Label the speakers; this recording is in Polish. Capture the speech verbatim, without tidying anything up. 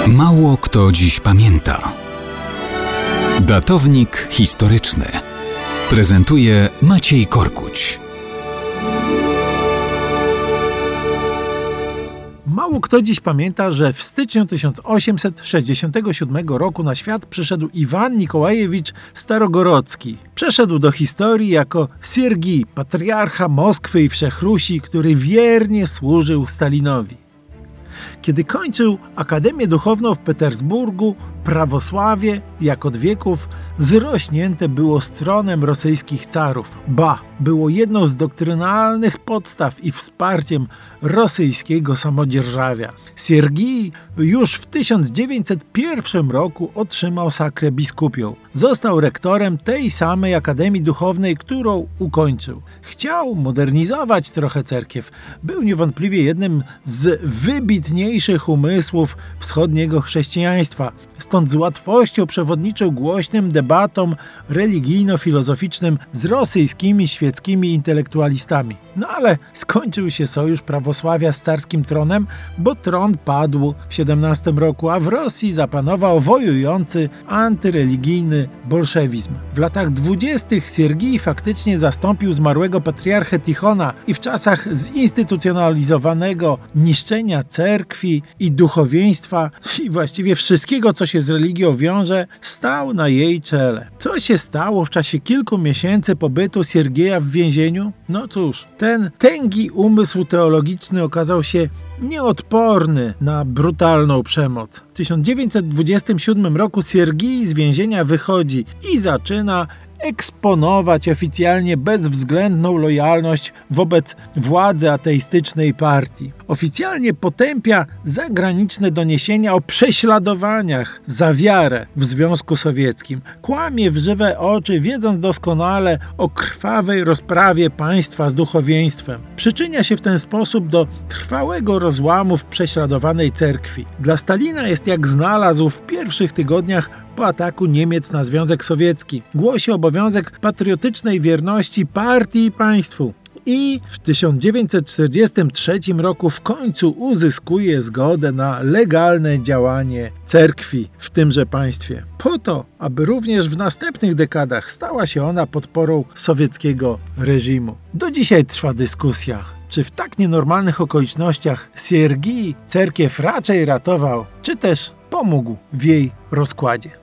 Speaker 1: Mało kto dziś pamięta. Datownik historyczny prezentuje Maciej Korkuć.
Speaker 2: Mało kto dziś pamięta, że w styczniu tysiąc osiemset sześćdziesiątego siódmego roku na świat przyszedł Iwan Nikołajewicz Starogorocki. Przeszedł do historii jako Siergij, patriarcha Moskwy i Wszechrusi, który wiernie służył Stalinowi. Kiedy kończył Akademię Duchowną w Petersburgu, prawosławie, jak od wieków, zrośnięte było stronem rosyjskich carów. Ba, było jedną z doktrynalnych podstaw i wsparciem rosyjskiego samodzierżawia. Siergij już w tysiąc dziewięćset pierwszym roku otrzymał sakrę biskupią. Został rektorem tej samej Akademii Duchownej, którą ukończył. Chciał modernizować trochę cerkiew. Był niewątpliwie jednym z wybitniejszych umysłów wschodniego chrześcijaństwa. Stąd z łatwością przewodniczył głośnym debatom religijno-filozoficznym z rosyjskimi świeckimi intelektualistami. No ale skończył się sojusz prawosławia z carskim tronem, bo tron padł w siedemnastym roku, a w Rosji zapanował wojujący antyreligijny bolszewizm. W latach dwudziestych Siergij faktycznie zastąpił zmarłego patriarchę Tichona i w czasach zinstytucjonalizowanego niszczenia cerkwi i duchowieństwa i właściwie wszystkiego, co się z religią wiąże, stał na jej czele. Co się stało w czasie kilku miesięcy pobytu Siergieja w więzieniu? No cóż, ten tęgi umysł teologiczny okazał się nieodporny na brutalną przemoc. W tysiąc dziewięćset dwudziestym siódmym roku Siergij z więzienia wychodzi i zaczyna eksponować oficjalnie bezwzględną lojalność wobec władzy ateistycznej partii. Oficjalnie potępia zagraniczne doniesienia o prześladowaniach za wiarę w Związku Sowieckim. Kłamie w żywe oczy, wiedząc doskonale o krwawej rozprawie państwa z duchowieństwem. Przyczynia się w ten sposób do trwałego rozłamu w prześladowanej cerkwi. Dla Stalina jest, jak znalazł w pierwszych tygodniach po ataku Niemiec na Związek Sowiecki. Głosi obowiązek patriotycznej wierności partii i państwu. I w tysiąc dziewięćset czterdziestym trzecim roku w końcu uzyskuje zgodę na legalne działanie cerkwi w tymże państwie. Po to, aby również w następnych dekadach stała się ona podporą sowieckiego reżimu. Do dzisiaj trwa dyskusja, czy w tak nienormalnych okolicznościach Siergij cerkiew raczej ratował, czy też pomógł w jej rozkładzie.